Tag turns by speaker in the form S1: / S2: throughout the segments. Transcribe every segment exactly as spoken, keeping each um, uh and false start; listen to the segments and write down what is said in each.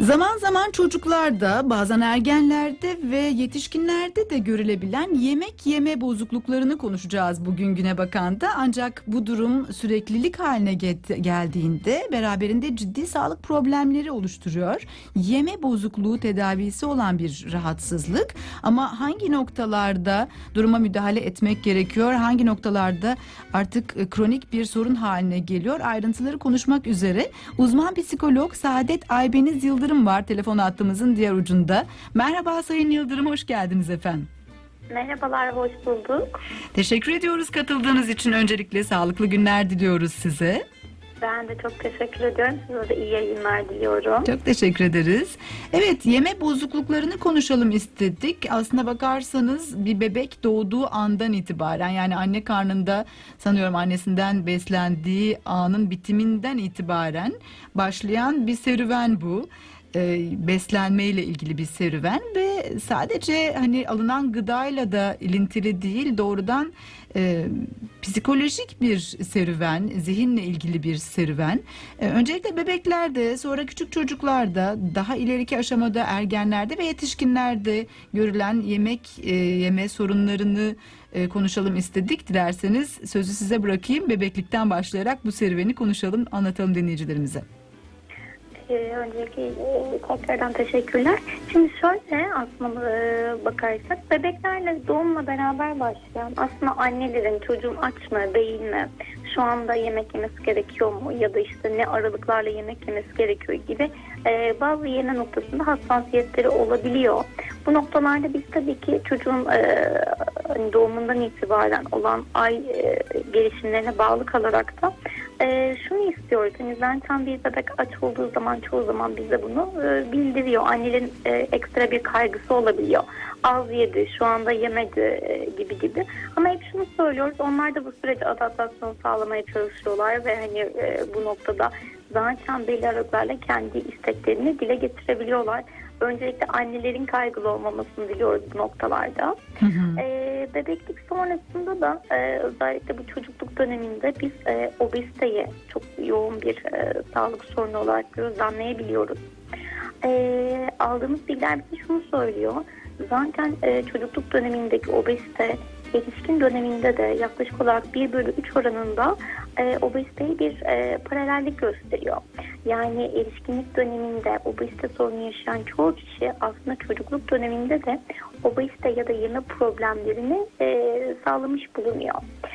S1: Zaman zaman çocuklarda, bazen ergenlerde ve yetişkinlerde de görülebilen yemek yeme bozukluklarını konuşacağız bugün Güne Bakan'da. Ancak bu durum süreklilik haline get- geldiğinde beraberinde ciddi sağlık problemleri oluşturuyor. Yeme bozukluğu tedavisi olan bir rahatsızlık, ama hangi noktalarda duruma müdahale etmek gerekiyor, hangi noktalarda artık kronik bir sorun haline geliyor, ayrıntıları konuşmak üzere uzman psikolog Saadet Aybeniz Yıldırım var telefon hattımızın diğer ucunda. Merhaba Sayın Yıldırım, hoş geldiniz efendim.
S2: Merhabalar, hoş bulduk.
S1: Teşekkür ediyoruz katıldığınız için. Öncelikle sağlıklı günler diliyoruz size.
S2: Ben de çok teşekkür ediyorum. Size de iyi yayınlar diliyorum.
S1: Çok teşekkür ederiz. Evet, yeme bozukluklarını konuşalım istedik. Aslına bakarsanız bir bebek doğduğu andan itibaren, yani anne karnında sanıyorum annesinden beslendiği anın bitiminden itibaren başlayan bir serüven bu. E, beslenmeyle ilgili bir serüven ve sadece hani alınan gıdayla da ilintili değil, doğrudan e, psikolojik bir serüven, zihinle ilgili bir serüven. E, öncelikle bebeklerde, sonra küçük çocuklarda, daha ileriki aşamada ergenlerde ve yetişkinlerde görülen yemek e, yeme sorunlarını e, konuşalım istedik. Dilerseniz sözü size bırakayım. Bebeklikten başlayarak bu serüveni konuşalım, anlatalım dinleyicilerimize.
S2: Ee, öncelikle e, tekrardan teşekkürler. Şimdi şöyle aslında e, bakarsak bebeklerle doğumla beraber başlayan aslında annelerin çocuğun aç mı değil mi, şu anda yemek yemesi gerekiyor mu ya da işte ne aralıklarla yemek yemesi gerekiyor gibi e, bazı yeme noktasında hassasiyetleri olabiliyor. Bu noktalarda biz tabii ki çocuğun e, doğumundan itibaren olan ay e, gelişimlerine bağlı kalarak da e, şunu istiyoruz. Yani zaten bir bebek aç olduğu zaman çoğu zaman bize bunu e, bildiriyor. Annelerin e, ekstra bir kaygısı olabiliyor. Az yedi, şu anda yemedi e, gibi gibi. Ama hep şunu söylüyoruz. Onlar da bu sürece adaptasyon sağlamaya çalışıyorlar ve hani e, bu noktada zaten belli aralıklarla kendi isteklerini dile getirebiliyorlar. Öncelikle annelerin kaygılı olmamasını diliyoruz bu noktalarda. Hı hı. E, bebeklik sonrasında da e, özellikle bu çocukluk döneminde biz e, obeziteyi çok yoğun bir e, sağlık sorunu olarak gözlemleyebiliyoruz. E, aldığımız bilgiler bize şunu söylüyor. Zaten e, çocukluk dönemindeki obezite yetişkin döneminde de yaklaşık olarak bir bölü üç oranında e, obeziteyi bir e, paralellik gösteriyor. Yani erişkinlik döneminde obezite sorunu yaşayan çoğu kişi aslında çocukluk döneminde de obezite ya da yeme problemlerini e, sağlamış bulunuyor.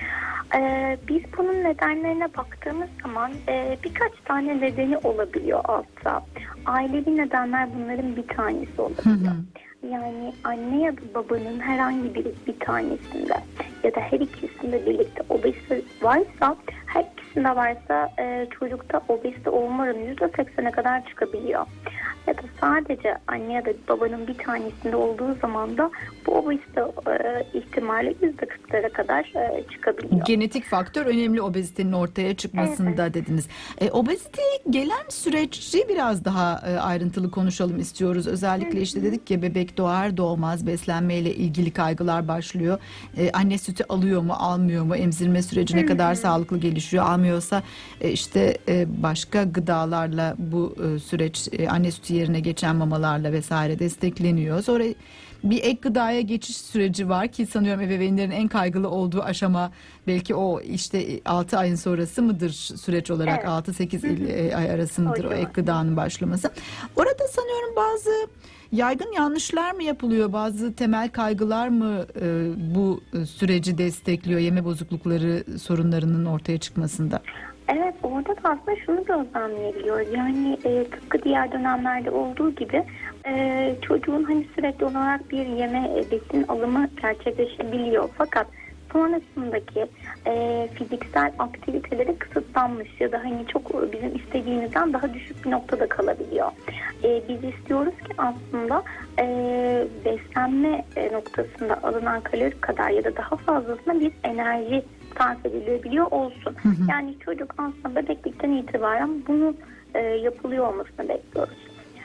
S2: E, biz bunun nedenlerine baktığımız zaman e, birkaç tane nedeni olabiliyor altta. Ailevi nedenler bunların bir tanesi olabiliyor. Hı hı. Yani anne ya da babanın herhangi bir bir tanesinde ya da her ikisinde birlikte obezite varsa, her ikisinde varsa e, çocukta obezite olma oranı yüzde seksene kadar çıkabiliyor. Ya da sadece anne ya da babanın bir tanesinde olduğu zaman da bu obezite e, ihtimali yüzde kırklara kadar e, çıkabiliyor.
S1: Genetik faktör önemli obezitenin ortaya çıkmasında, evet, dediniz. E, obeziteye gelen süreci biraz daha e, ayrıntılı konuşalım istiyoruz. Özellikle işte dedik ki bebek doğar doğmaz beslenmeyle ilgili kaygılar başlıyor. E, anne sütü alıyor mu, almıyor mu? Emzirme süreci ne kadar sağlıklı gelişiyor? Almıyorsa e, işte e, başka gıdalarla bu e, süreç e, anne sütü yerine geçen mamalarla vesaire destekleniyor. Sonra bir ek gıdaya geçiş süreci var ki sanıyorum ebeveynlerin en kaygılı olduğu aşama belki o işte altı ayın sonrası mıdır süreç olarak, evet, altı sekiz ay arası mıdır o, o ek gıdanın başlaması. Orada sanıyorum bazı yaygın yanlışlar mı yapılıyor, bazı temel kaygılar mı e, bu süreci destekliyor yeme bozuklukları sorunlarının ortaya çıkmasında?
S2: Evet, orada da aslında şunu gözlemleyebiliyoruz. Yani e, tıpkı diğer dönemlerde olduğu gibi e, çocuğun hani sürekli olarak bir yeme e, besin alımı gerçekleşebiliyor. Fakat sonrasındaki e, fiziksel aktiviteleri kısıtlanmış ya da hani çok bizim istediğimizden daha düşük bir noktada kalabiliyor. E, biz istiyoruz ki aslında e, beslenme e, noktasında alınan kalori kadar ya da daha fazlasına bir enerji sarf edilebiliyor olsun. Hı hı. Yani çocuk aslında bebeklikten itibaren bunu e, yapılıyor olmasını bekliyoruz.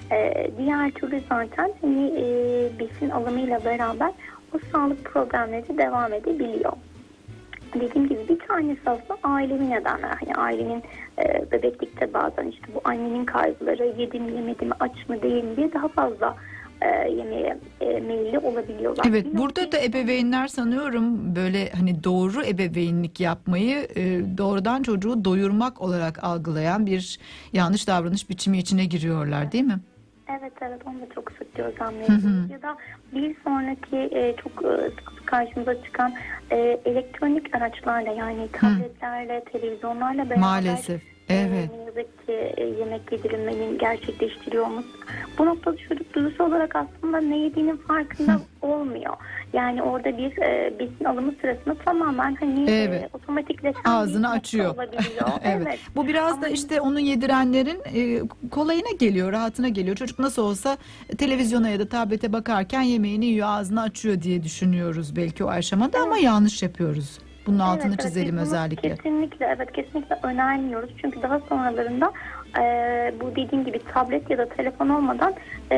S2: E, diğer türlü zaten hani, e, besin alımıyla beraber o sağlık problemleri devam edebiliyor. dediğim gibi bir tanesi aslında ailevi nedenler. Hani ailenin e, bebeklikte bazen işte bu annenin kaygıları, yedim mi yemedim mi, aç mı değil mi diye daha fazla e, yemeğe e, meyilli olabiliyorlar.
S1: Evet,
S2: Bir
S1: burada
S2: noktada-
S1: da ebeveynler sanıyorum böyle hani doğru ebeveynlik yapmayı e, doğrudan çocuğu doyurmak olarak algılayan bir yanlış davranış biçimi içine giriyorlar, değil mi?
S2: Evet evet, onu da çok sık gözlemliyoruz.
S1: Hı hı.
S2: Ya da bir sonraki e, çok e, sık sık karşımıza çıkan e, elektronik araçlarla, yani tabletlerle, televizyonlarla beraber
S1: Maalesef. Evet.
S2: e, ne yazık ki e, yemek yedirilmenin gerçekleştiriyor olması. Bu noktada çocuk duyusu olarak aslında ne yediğinin farkında olmuyor. Yani orada bir e, besin alımı sırasında tamamen hani
S1: Evet.
S2: e, otomatikleşen
S1: Ağzını
S2: bir nokta
S1: açıyor.
S2: olabiliyor.
S1: Evet.
S2: Evet.
S1: Bu biraz da
S2: Ama-
S1: işte onu yedirenlerin e, kolayına geliyor, rahatına geliyor. Çocuk nasıl olsa televizyona ya da tablete bakarken yemeğini yiyor, ağzını açıyor diye düşünüyoruz belki o aşamada ama yanlış yapıyoruz. Bunun altını
S2: Evet, evet,
S1: çizelim
S2: biz bunu
S1: özellikle.
S2: Kesinlikle, evet, kesinlikle önermiyoruz. Çünkü daha sonralarında e, bu dediğim gibi tablet ya da telefon olmadan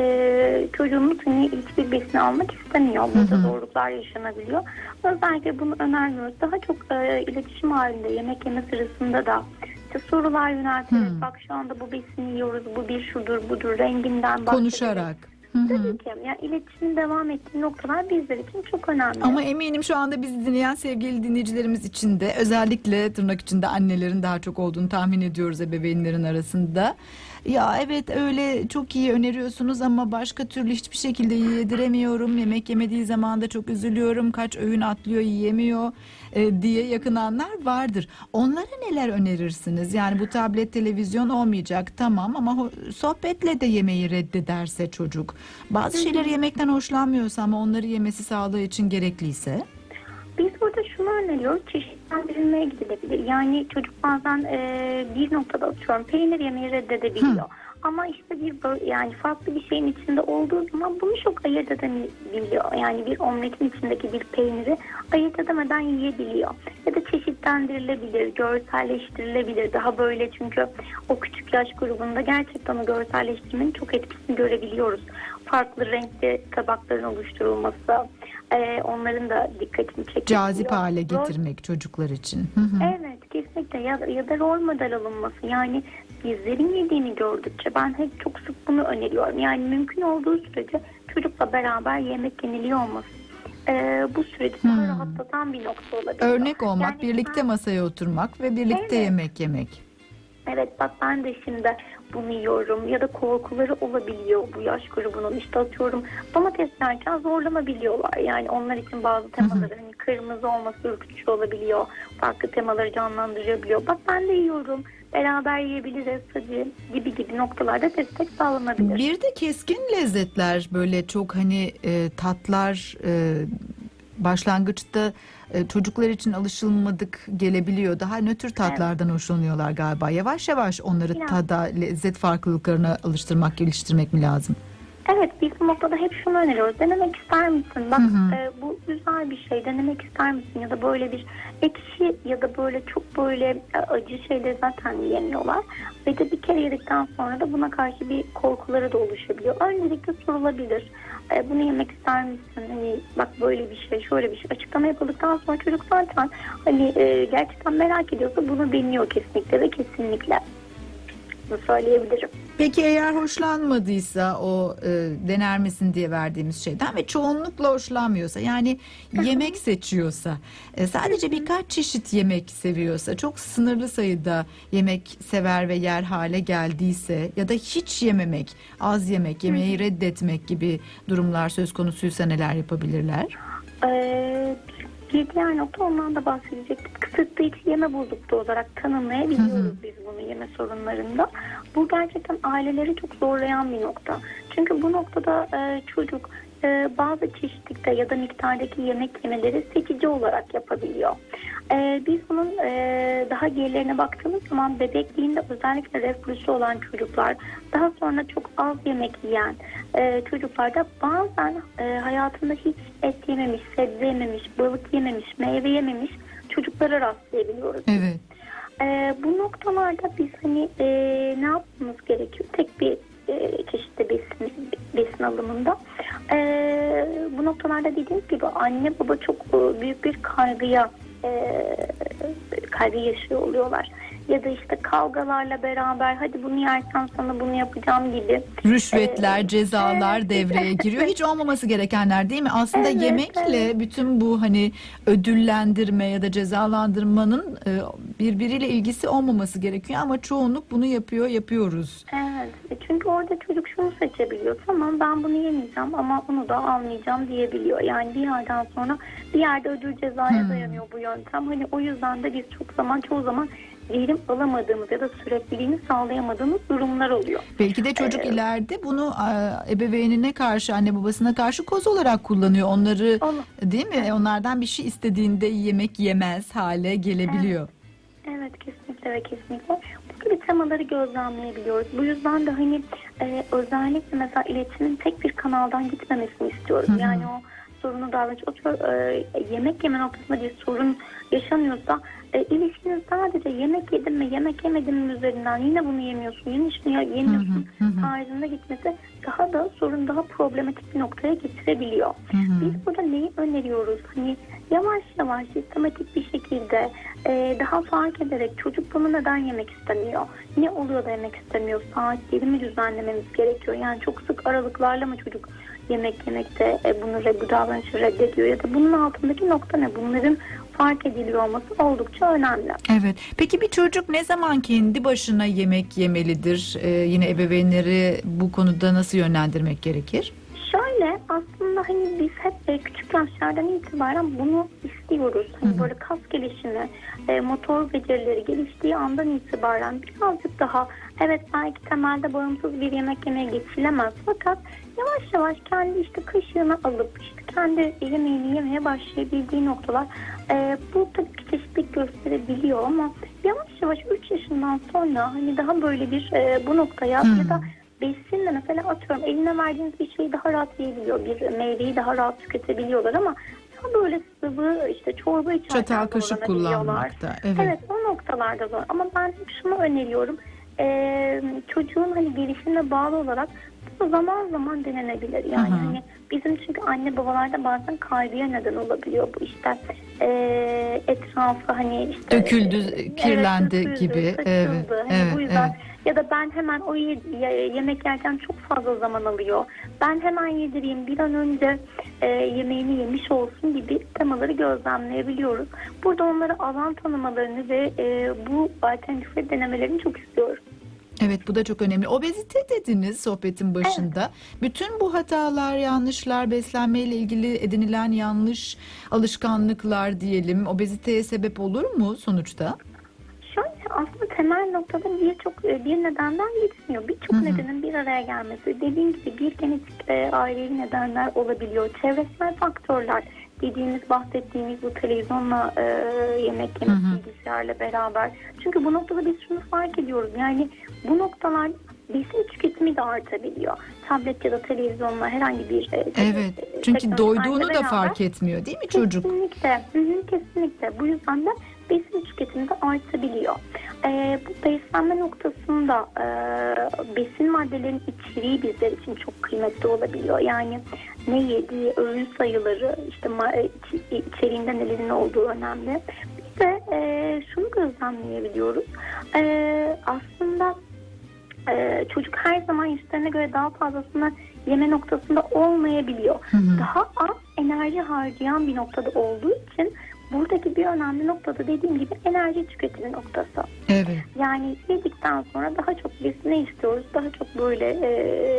S2: e, çocuğumuz hani hiçbir besin almak istemiyor. Burada
S1: Hı hı.
S2: zorluklar yaşanabiliyor. Özellikle bunu önermiyoruz. Daha çok e, iletişim halinde yemek yeme sırasında da işte sorular yönelterek,
S1: Hı.
S2: bak şu anda bu besini yiyoruz, bu bir şudur budur, renginden bahsederek.
S1: Konuşarak. Hı hı.
S2: Tabii ki. Yani iletişimin devam ettiği noktalar bizler için çok önemli.
S1: Ama eminim şu anda bizi dinleyen sevgili dinleyicilerimiz için de özellikle tırnak içinde annelerin daha çok olduğunu tahmin ediyoruz ebeveynlerin arasında. Ya evet, öyle çok iyi öneriyorsunuz ama başka türlü hiçbir şekilde yediremiyorum. Yemek yemediği zaman da çok üzülüyorum. Kaç öğün atlıyor, yiyemiyor e, diye yakınanlar vardır. Onlara neler önerirsiniz? Yani bu tablet, televizyon olmayacak, tamam, ama ho- sohbetle de yemeği reddederse çocuk. Bazı şeyleri yemekten hoşlanmıyorsa ama onları yemesi sağlığı için gerekliyse.
S2: Biz burada şunu öneriyoruz, çeşitlendirilmeye gidilebilir. Yani çocuk bazen e, bir noktada atıyorum peynir yemeyi reddedebiliyor.
S1: Hı.
S2: Ama işte bir böyle, yani farklı bir şeyin içinde olduğu zaman bunu çok ayırt edebiliyor. Yani bir omletin içindeki bir peyniri ayırt edemeden yiyebiliyor. Ya da çeşitlendirilebilir, görselleştirilebilir. Daha böyle, çünkü o küçük yaş grubunda gerçekten o görselleştirmenin çok etkisini görebiliyoruz. Farklı renkli tabakların oluşturulması, e, onların da dikkatini çekiyor.
S1: Cazip hale
S2: Rol-
S1: getirmek çocuklar için. Hı hı.
S2: Evet, kesinlikle. Ya, ya da rol model alınması. Yani bizlerin yediğini gördükçe ben hep çok sık bunu öneriyorum. Yani mümkün olduğu sürece çocukla beraber yemek yeniliyor olması. Ee, bu süreci daha
S1: Hmm.
S2: rahatlatan bir nokta olabiliyor.
S1: Örnek olmak,
S2: Yani
S1: birlikte
S2: ben-
S1: masaya oturmak ve birlikte
S2: Evet.
S1: yemek yemek.
S2: Evet, bak ben de şimdi bunu yiyorum, ya da korkuları olabiliyor bu yaş grubunun. İşte atıyorum domates yerken zorlanabiliyorlar. Yani onlar için bazı temaları hani kırmızı olması ürkütücü olabiliyor. Farklı temaları canlandırabiliyor. Bak ben de yiyorum, beraber yiyebiliriz hadi gibi gibi noktalarda destek sağlanabilir.
S1: Bir de keskin lezzetler, böyle çok hani e, tatlar e, başlangıçta e, çocuklar için alışılmadık gelebiliyor. Daha nötr tatlardan hoşlanıyorlar galiba. Yavaş yavaş onları
S2: Biraz.
S1: tada, lezzet farklılıklarına alıştırmak, geliştirmek mi lazım?
S2: Evet, biz bu noktada hep şunu öneriyoruz. Denemek ister misin? Bak
S1: Hı hı.
S2: e, bu güzel bir şey. Denemek ister misin? Ya da böyle bir ekşi ya da böyle çok böyle e, acı şeyleri zaten yiyemiyorlar. Ve de bir kere yedikten sonra da buna karşı bir korkuları da oluşabiliyor. Öncelikle sorulabilir. E, bunu yemek ister misin? Hani bak böyle bir şey, şöyle bir şey. Açıklama yapıldıktan sonra çocuk zaten hani e, gerçekten merak ediyorsa bunu deniyor kesinlikle ve kesinlikle. Bunu söyleyebilirim.
S1: Peki eğer hoşlanmadıysa o e, dener misin diye verdiğimiz şeyden ve çoğunlukla hoşlanmıyorsa, yani yemek seçiyorsa, e, sadece birkaç çeşit yemek seviyorsa, çok sınırlı sayıda yemek sever ve yer hale geldiyse ya da hiç yememek, az yemek, yemeği reddetmek gibi durumlar söz konusuysa neler yapabilirler?
S2: Ee, bir diğer nokta, ondan da bahsedecektik. Kısıtlayıcı yeme bozukluğu olarak tanımlayabiliyoruz
S1: Hı hı.
S2: biz bunu yeme sorunlarında. Bu gerçekten aileleri çok zorlayan bir nokta. Çünkü bu noktada e, çocuk e, bazı çeşitlikte ya da miktardaki yemek yemeleri seçici olarak yapabiliyor. E, biz bunun e, daha gerilerine baktığımız zaman bebekliğinde özellikle reflüsü olan çocuklar, daha sonra çok az yemek yiyen e, çocuklarda bazen e, hayatında hiç et yememiş, sebze yememiş, balık yememiş, meyve yememiş çocuklara rastlayabiliyoruz.
S1: Evet.
S2: Ee, bu noktalarda biz hani e, ne yapmamız gerekiyor? Tek bir e, çeşitli besin, besin alımında. E, bu noktalarda dediğimiz gibi anne baba çok e, büyük bir kaygıya e, kaygı yaşıyor oluyorlar. Ya da işte kavgalarla beraber hadi bunu yersen sana bunu yapacağım gibi.
S1: Rüşvetler,
S2: Ee,
S1: cezalar
S2: evet.
S1: devreye giriyor. Hiç olmaması gerekenler değil mi? Aslında
S2: Evet,
S1: yemekle
S2: evet.
S1: bütün bu hani ödüllendirme ya da cezalandırmanın e, birbiriyle ilgisi olmaması gerekiyor ama çoğunluk bunu yapıyor, yapıyoruz.
S2: Evet. E Çünkü orada çocuk şunu seçebiliyor. Tamam ben bunu yemeyeceğim ama onu da almayacağım diyebiliyor. Yani bir yerden sonra bir yerde ödül cezaya
S1: Hmm.
S2: dayanıyor bu yöntem. Hani o yüzden de biz çok zaman çoğu zaman verim alamadığımız ya da sürekliliğini sağlayamadığımız durumlar oluyor.
S1: Belki de çocuk
S2: Ee,
S1: ileride bunu e, ebeveynine karşı, anne babasına karşı koz olarak kullanıyor. Onları,
S2: Onu.
S1: değil mi? Onlardan bir şey istediğinde yemek yemez hale gelebiliyor.
S2: Evet, kesinlikle ve kesinlikle. Bu gibi temaları gözlemleyebiliyoruz. Bu yüzden de hani e, özellikle mesela iletişimin tek bir kanaldan gitmemesini istiyoruz.
S1: Hı hı.
S2: Yani o sorunu davranış, o tür, e, yemek yeme noktasında bir sorun yaşanıyorsa e, ilişkiniz sadece yemek yedim mi, yemek yemedim mi üzerinden yine bunu yemiyorsun, yine şunu ya- yemiyorsun
S1: Hı hı, hı hı.
S2: tarzında gitmesi daha da sorun daha problematik bir noktaya getirebiliyor.
S1: Hı hı.
S2: Biz burada neyi öneriyoruz? Hani yavaş yavaş sistematik bir şekilde e, daha fark ederek çocuk bunu neden yemek istemiyor? Ne oluyor da yemek istemiyor? Saatleri mi düzenlememiz gerekiyor? Yani çok sık aralıklarla mı çocuk yemek yemekte e, bunu re- bu davranışı reddediyor? Ya da bunun altındaki nokta ne? Bunların fark ediliyor olması oldukça önemli.
S1: Evet. Peki bir çocuk ne zaman kendi başına yemek yemelidir? Ee, yine ebeveynleri bu konuda nasıl yönlendirmek gerekir?
S2: Şöyle aslında hani biz hep e, küçük yaşlardan itibaren bunu istiyoruz. Hani
S1: Hı hı.
S2: böyle kas gelişimi, e, motor becerileri geliştiği andan itibaren birazcık daha evet belki temelde bağımsız bir yemek yemeye geçilemez. Fakat yavaş yavaş kendi işte kaşığını alıp işte kendi yemeğini yemeye başlayabildiği noktalar e, bu tabii ki çeşitlilik gösterebiliyor ama yavaş yavaş üç yaşından sonra hani daha böyle bir e, bu noktaya
S1: Hı.
S2: ya da besinle mesela atıyorum eline verdiğiniz bir şeyi daha rahat yiyebiliyor. Bir meyveyi daha rahat tüketebiliyorlar ama daha böyle sıvı işte çorba içerken
S1: Çatal kaşık
S2: zorlanabiliyorlar.
S1: kullanmakta. Evet.
S2: Evet, o noktalarda zor. Ama ben şunu öneriyorum. Ee, çocuğun hani gelişimine bağlı olarak bu zaman zaman denenebilir. Yani
S1: Hı hı.
S2: hani bizim çünkü anne babalarda bazen kaygıya neden olabiliyor bu işte. Ee, etrafı hani işte
S1: Döküldü,
S2: evet,
S1: kirlendi
S2: döküldü,
S1: gibi.
S2: saçıldı.
S1: Evet,
S2: Hani
S1: evet,
S2: bu yüzden
S1: evet.
S2: ya da ben hemen o ye- ye- yemek yerken çok fazla zaman alıyor. Ben hemen yedireyim bir an önce e, yemeğini yemiş olsun gibi temaları gözlemleyebiliyoruz. Burada onlara alan tanımalarını ve e, bu alternatife denemelerini çok istiyorum.
S1: Evet, bu da çok önemli. Obezite dediniz sohbetin başında. Bütün bu hatalar, yanlışlar, beslenmeyle ilgili edinilen yanlış alışkanlıklar diyelim, obeziteye sebep olur mu sonuçta?
S2: Şöyle aslında temel noktada birçok e, bir nedenden gitmiyor. Birçok
S1: Hı hı.
S2: nedenin bir araya gelmesi. Dediğim gibi bir genetik e, ailevi nedenler olabiliyor. Çevresel faktörler dediğimiz bahsettiğimiz bu televizyonla e, yemek yemek
S1: Hı hı.
S2: bilgisayarla beraber. Çünkü bu noktada biz şunu fark ediyoruz. Yani bu noktalar besin tüketimi de artabiliyor. Tablet ya da televizyonla herhangi bir e,
S1: Evet.
S2: e,
S1: Çünkü
S2: teknolojik
S1: doyduğunu
S2: aletle
S1: da
S2: beraber
S1: fark etmiyor, değil mi çocuk?
S2: Kesinlikle. Hı hı, kesinlikle. Bu yüzden de besin tüketimi de artabiliyor. Ee, bu beslenme noktasında e, besin maddelerinin içeriği bizler için çok kıymetli olabiliyor. Yani ne yediği, öğün sayıları, işte ma- iç- içeriğinde nelerin olduğu önemli. Bir de e, şunu gözlemleyebiliyoruz. E, aslında e, çocuk her zaman yaşlarına göre daha fazlasını yeme noktasında olmayabiliyor.
S1: Hı hı.
S2: Daha az enerji harcayan bir noktada olduğu için buradaki bir önemli noktada dediğim gibi enerji tüketimi noktası.
S1: Evet.
S2: Yani yedikten sonra daha çok biz ne istiyoruz? Daha çok böyle e,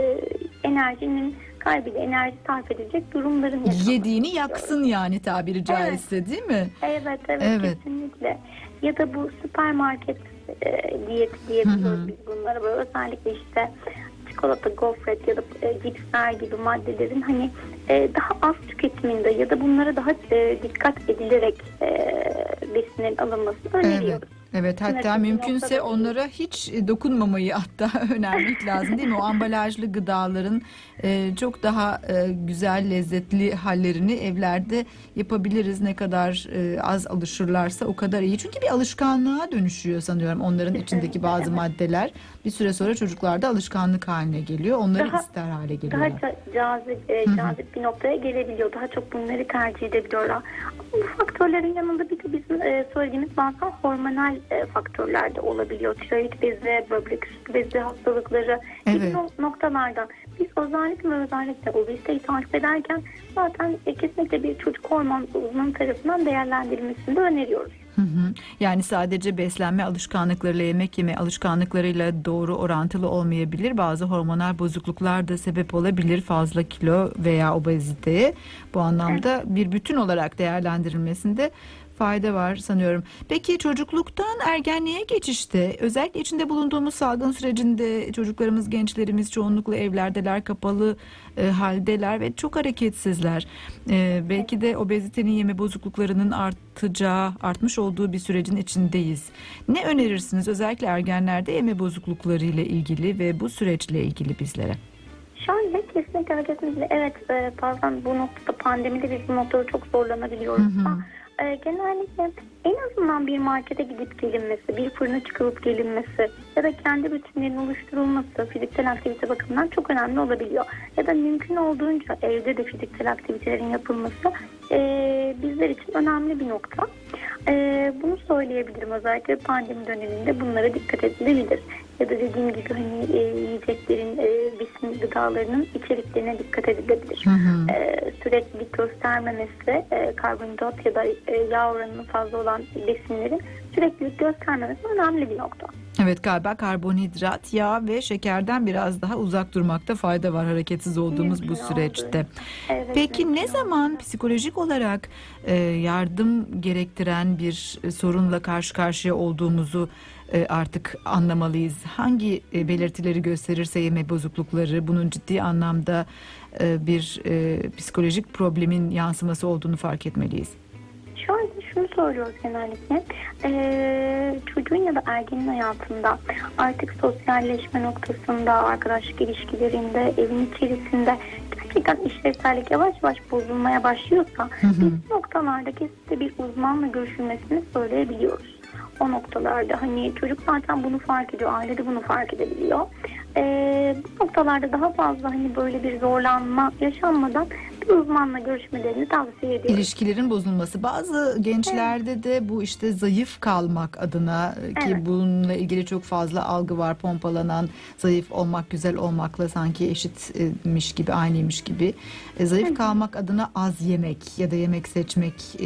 S2: enerjinin kaybıyla enerji sarf edilecek durumların yaşanması
S1: Yediğini
S2: istiyoruz.
S1: yaksın yani, tabiri caizse, değil mi?
S2: Evet, evet,
S1: Evet.
S2: kesinlikle. Ya da bu süpermarket e, diyeti diyebiliyoruz
S1: Hı hı.
S2: biz bunlara. Böyle özellikle işte çikolata, gofret ya da e, cipsler gibi maddelerin hani e, daha az tüketiminde ya da bunlara daha e, dikkat edilerek e, besinin alınmasını öneriyoruz.
S1: Evet, hatta
S2: Sınırsız bir
S1: mümkünse
S2: noktada değil.
S1: onlara hiç dokunmamayı hatta önermek lazım değil mi? O ambalajlı gıdaların e, çok daha e, güzel, lezzetli hallerini evlerde yapabiliriz. Ne kadar e, az alışırlarsa o kadar iyi. Çünkü bir alışkanlığa dönüşüyor sanıyorum onların içindeki
S2: Kesinlikle,
S1: bazı
S2: evet.
S1: maddeler. Bir süre sonra çocuklarda alışkanlık haline geliyor. Onları
S2: Daha
S1: ister hale
S2: daha
S1: geliyorlar.
S2: ca- cazip, e,
S1: Hı hı.
S2: cazip bir noktaya gelebiliyor. Daha çok bunları tercih edebiliyorlar. Ama bu faktörlerin yanında bir de bizim e, söylediğimiz bazen hormonal e, faktörler de olabiliyor. Tiroid bezi, böbrek üstü bezi hastalıkları gibi
S1: Evet.
S2: no- noktalardan. Biz özellikle ve özellikle obeziteyi takip ederken zaten e, kesinlikle bir çocuk hormon uzmanı tarafından değerlendirilmesini de öneriyoruz.
S1: Hı hı. Yani sadece beslenme alışkanlıklarıyla, yemek yeme alışkanlıklarıyla doğru orantılı olmayabilir. Bazı hormonal bozukluklar da sebep olabilir fazla kilo veya obeziteye. Bu
S2: Evet.
S1: anlamda bir bütün olarak değerlendirilmesinde fayda var sanıyorum. Peki çocukluktan ergenliğe geçişte, özellikle içinde bulunduğumuz salgın sürecinde çocuklarımız, gençlerimiz çoğunlukla evlerdeler, kapalı e, haldeler ve çok hareketsizler. E, belki de obezitenin, yeme bozukluklarının artacağı, artmış olduğu bir sürecin içindeyiz. Ne önerirsiniz özellikle ergenlerde yeme bozuklukları ile ilgili ve bu süreçle ilgili bizlere?
S2: Şöyle kesinlikle kesinlikle evet e, bazen bu noktada pandemide biz bu noktada çok zorlanabiliyoruz.
S1: Hı hı.
S2: Ama e, genellikle en azından bir markete gidip gelinmesi, bir fırına çıkılıp gelinmesi ya da kendi rutinlerin oluşturulması fiziksel aktivite bakımından çok önemli olabiliyor. Ya da mümkün olduğunca evde de fiziksel aktivitelerin yapılması e, bizler için önemli bir nokta. E, bunu söyleyebilirim, özellikle pandemi döneminde bunlara dikkat edilebilir. Ya da dediğim gibi hani e, yiyeceklerin, e, besin gıdalarının içeriklerine dikkat edilebilir.
S1: Hı hı.
S2: E, süreklilik göstermemesi, e, karbonhidrat ya da e, yağ oranının fazla olan besinlerin süreklilik göstermemesi önemli bir nokta.
S1: Evet, galiba karbonhidrat, yağ ve şekerden biraz daha uzak durmakta fayda var hareketsiz olduğumuz bu
S2: Mümkün
S1: süreçte.
S2: olduğunca. Evet,
S1: Peki
S2: mümkün
S1: ne zaman
S2: olduğunca.
S1: psikolojik olarak e, yardım gerektiren bir e, sorunla karşı karşıya olduğumuzu e, artık anlamalıyız? Hangi e, belirtileri gösterirse yeme bozuklukları bunun ciddi anlamda e, bir e, psikolojik problemin yansıması olduğunu fark etmeliyiz.
S2: Şöyle şunu söylüyoruz genellikle, ee, çocuğun ya da ergenin hayatında artık sosyalleşme noktasında, arkadaşlık ilişkilerinde, evin içerisinde gerçekten işlevsellik yavaş yavaş bozulmaya başlıyorsa
S1: Hı hı.
S2: biz bu noktalarda kesinlikle bir uzmanla görüşülmesini söyleyebiliyoruz. O noktalarda hani çocuk zaten bunu fark ediyor, aile de bunu fark edebiliyor. Ee, bu noktalarda daha fazla hani böyle bir zorlanma yaşanmadan bir uzmanla görüşmelerini tavsiye ediyoruz.
S1: İlişkilerin bozulması. Bazı gençlerde de bu işte zayıf kalmak adına ki
S2: Evet.
S1: bununla ilgili çok fazla algı var. Pompalanan zayıf olmak güzel olmakla sanki eşitmiş gibi, aynıymış gibi. E, zayıf kalmak adına az yemek ya da yemek seçmek e,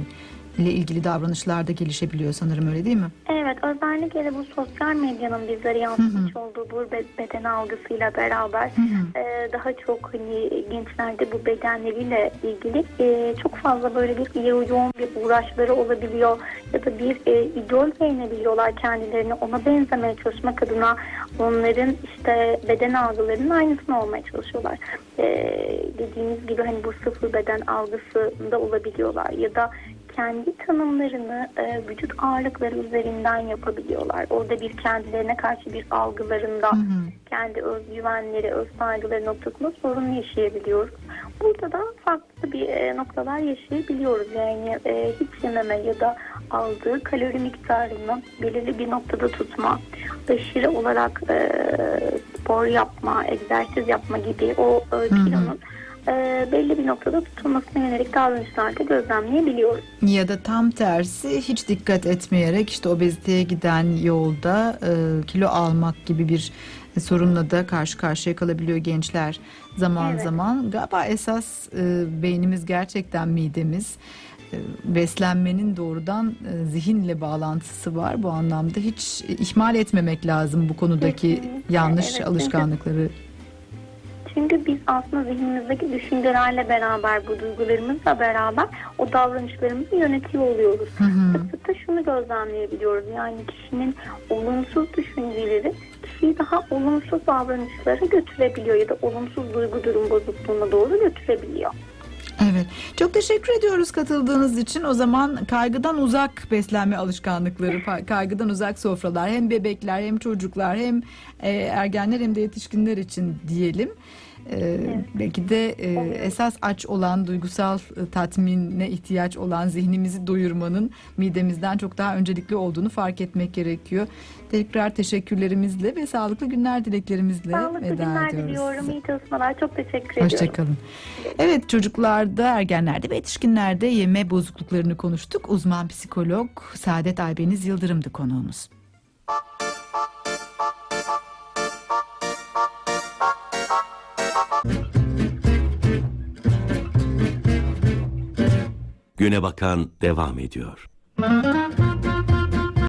S1: ile ilgili davranışlar da gelişebiliyor sanırım, öyle değil mi?
S2: Evet, özellikle de bu sosyal medyanın bizlere yansıtmış olduğu bu be- beden algısıyla beraber
S1: Hı hı.
S2: e, daha çok hani gençlerde bu bedenleriyle ilgili e, çok fazla böyle bir yo- yoğun bir uğraşları olabiliyor ya da bir e, idol beğenebiliyorlar kendilerini, ona benzemeye çalışmak adına onların işte beden algılarının aynısını olmaya çalışıyorlar. E, dediğimiz gibi hani bu sıfır beden algısında olabiliyorlar ya da kendi tanımlarını e, vücut ağırlıkları üzerinden yapabiliyorlar. Orada bir kendilerine karşı bir algılarında,
S1: Hı hı.
S2: kendi özgüvenleri, öz saygıları noktasında sorun yaşayabiliyoruz. Burada da farklı bir e, noktalar yaşayabiliyoruz. Yani e, hiç yememe ya da aldığı kalori miktarını belirli bir noktada tutma, aşırı olarak e, spor yapma, egzersiz yapma gibi o e, kilonun e, belli bir noktada tutulmasına yönelik davranışlarda gözlemleyebiliyoruz.
S1: Ya da tam tersi, hiç dikkat etmeyerek işte obeziteye giden yolda e, kilo almak gibi bir sorunla da karşı karşıya kalabiliyor gençler zaman
S2: Evet.
S1: zaman. Galiba esas e, beynimiz gerçekten midemiz. E, beslenmenin doğrudan e, zihinle bağlantısı var. Bu anlamda hiç ihmal etmemek lazım bu konudaki
S2: Kesinlikle,
S1: yanlış
S2: evet. Çünkü-
S1: alışkanlıkları.
S2: Çünkü biz aslında zihnimizdeki düşüncelerle beraber, bu duygularımızla beraber o davranışlarımızı yönetiyor oluyoruz.
S1: Hı hı.
S2: Sık sık da şunu gözlemleyebiliyoruz. Yani kişinin olumsuz düşünceleri kişiyi daha olumsuz davranışlara götürebiliyor ya da olumsuz duygu durum bozukluğuna doğru götürebiliyor.
S1: Evet. Çok teşekkür ediyoruz katıldığınız için. O zaman kaygıdan uzak beslenme alışkanlıkları, pa- kaygıdan uzak sofralar hem bebekler hem çocuklar hem e, ergenler hem de yetişkinler için diyelim. Ee, belki de e, esas aç olan, duygusal e, tatmine ihtiyaç olan zihnimizi doyurmanın midemizden çok daha öncelikli olduğunu fark etmek gerekiyor. Tekrar teşekkürlerimizle ve sağlıklı günler dileklerimizle
S2: Sağlıklı
S1: veda
S2: günler
S1: ediyoruz
S2: diliyorum.
S1: size.
S2: İyi çalışmalar. Çok teşekkür ediyorum.
S1: Hoşçakalın. Evet, çocuklarda, ergenlerde ve yetişkinlerde yeme bozukluklarını konuştuk. Uzman psikolog Saadet Aybeniz Yıldırım'dı konuğumuz.
S3: Güne Bakan devam ediyor.